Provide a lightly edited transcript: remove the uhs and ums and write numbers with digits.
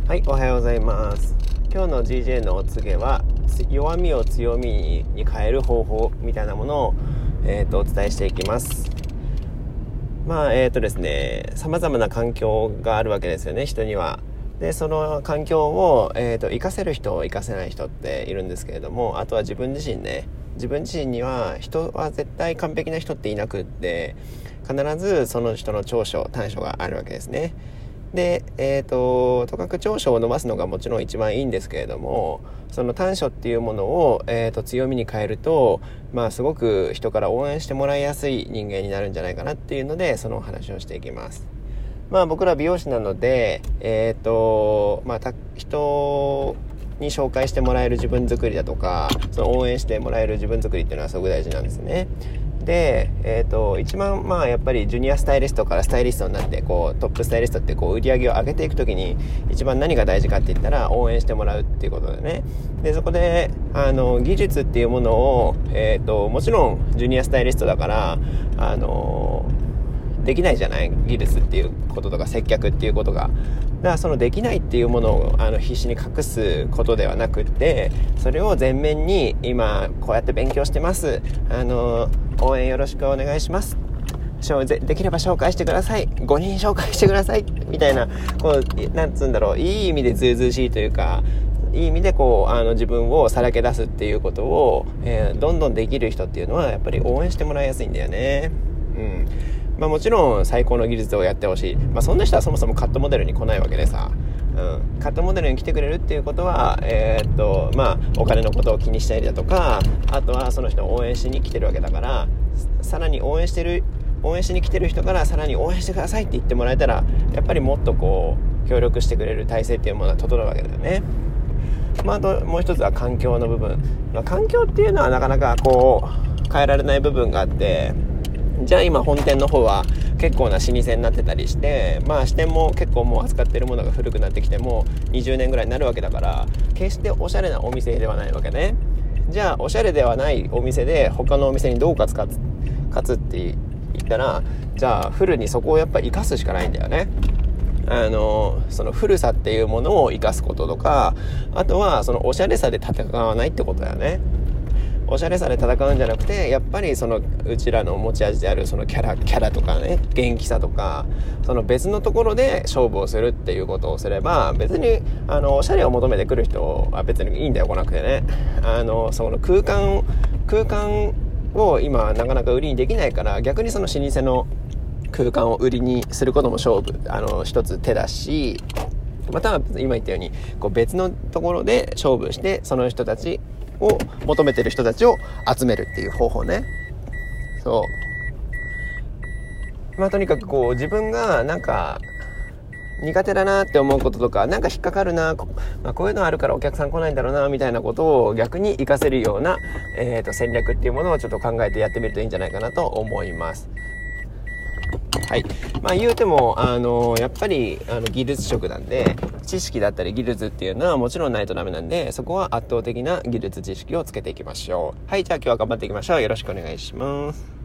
はい、おはようございます。今日の GJ のお告げは弱みを強みに変える方法みたいなものを、お伝えしていきます。ですね、様々な環境があるわけですよね、人には。で、その環境を、活かせる人、活かせない人っているんですけれども、あとは自分自身ね、自分自身には人は絶対完璧な人っていなくって、必ずその人の長所短所があるわけですね。で、とかく長所を伸ばすのがもちろん一番いいんですけれども、その短所っていうものを、強みに変えると、すごく人から応援してもらいやすい人間になるんじゃないかなっていうので、そのお話をしていきます。僕ら美容師なので、人に紹介してもらえる自分作りだとか、その応援してもらえる自分作りっていうのはすごく大事なんですね。で、一番やっぱりジュニアスタイリストからスタイリストになってトップスタイリストって売り上げを上げていくときに一番何が大事かって言ったら応援してもらうっていうことでね。で、そこで技術っていうものを、もちろんジュニアスタイリストだからできないじゃない、技術っていうこととか接客っていうことが。だからそのできないっていうものを必死に隠すことではなくって、それを前面に今こうやって勉強してます、応援よろしくお願いします、できれば紹介してください、5人紹介してくださいみたいな、なんつうんだろう、いい意味でずうずうしいというか、いい意味で自分をさらけ出すっていうことを、どんどんできる人っていうのはやっぱり応援してもらいやすいんだよね。もちろん最高の技術をやってほしい。そんな人はそもそもカットモデルに来ないわけでさ。カットモデルに来てくれるっていうことは、お金のことを気にしたりだとか、あとはその人を応援しに来てるわけだから、さらに応援しに来てる人からさらに応援してくださいって言ってもらえたら、やっぱりもっと協力してくれる体制っていうものは整うわけだよね。あともう一つは環境の部分。環境っていうのはなかなか変えられない部分があって、じゃあ今本店の方は結構な老舗になってたりして、支店も結構もう扱ってるものが古くなってきても20年ぐらいになるわけだから、決しておしゃれなお店ではないわけね。じゃあおしゃれではないお店で他のお店にどう勝つって言ったら、じゃあフルにそこをやっぱり生かすしかないんだよね。その古さっていうものを生かすこととか、あとはそのおしゃれさで戦わないってことだよね。おしゃれさで戦うんじゃなくて、やっぱりうちらの持ち味であるそのキャラとかね、元気さとか、その別のところで勝負をするっていうことをすれば、別におしゃれを求めてくる人は別にいいんだよ、来なくてね。その空間を今なかなか売りにできないから、逆にその老舗の空間を売りにすることも一つ手だし、または今言ったように別のところで勝負して、その人たちを求めてる人たちを集めるっていう方法ね。とにかく自分がなんか苦手だなって思うこととか、なんか引っかかるな、こういうのあるからお客さん来ないんだろうなみたいなことを逆に活かせるような、戦略っていうものをちょっと考えてやってみるといいんじゃないかなと思います。はい。言うても、やっぱり、技術職なんで、知識だったり技術っていうのはもちろんないとダメなんで、そこは圧倒的な技術知識をつけていきましょう。はい。じゃあ今日は頑張っていきましょう。よろしくお願いします。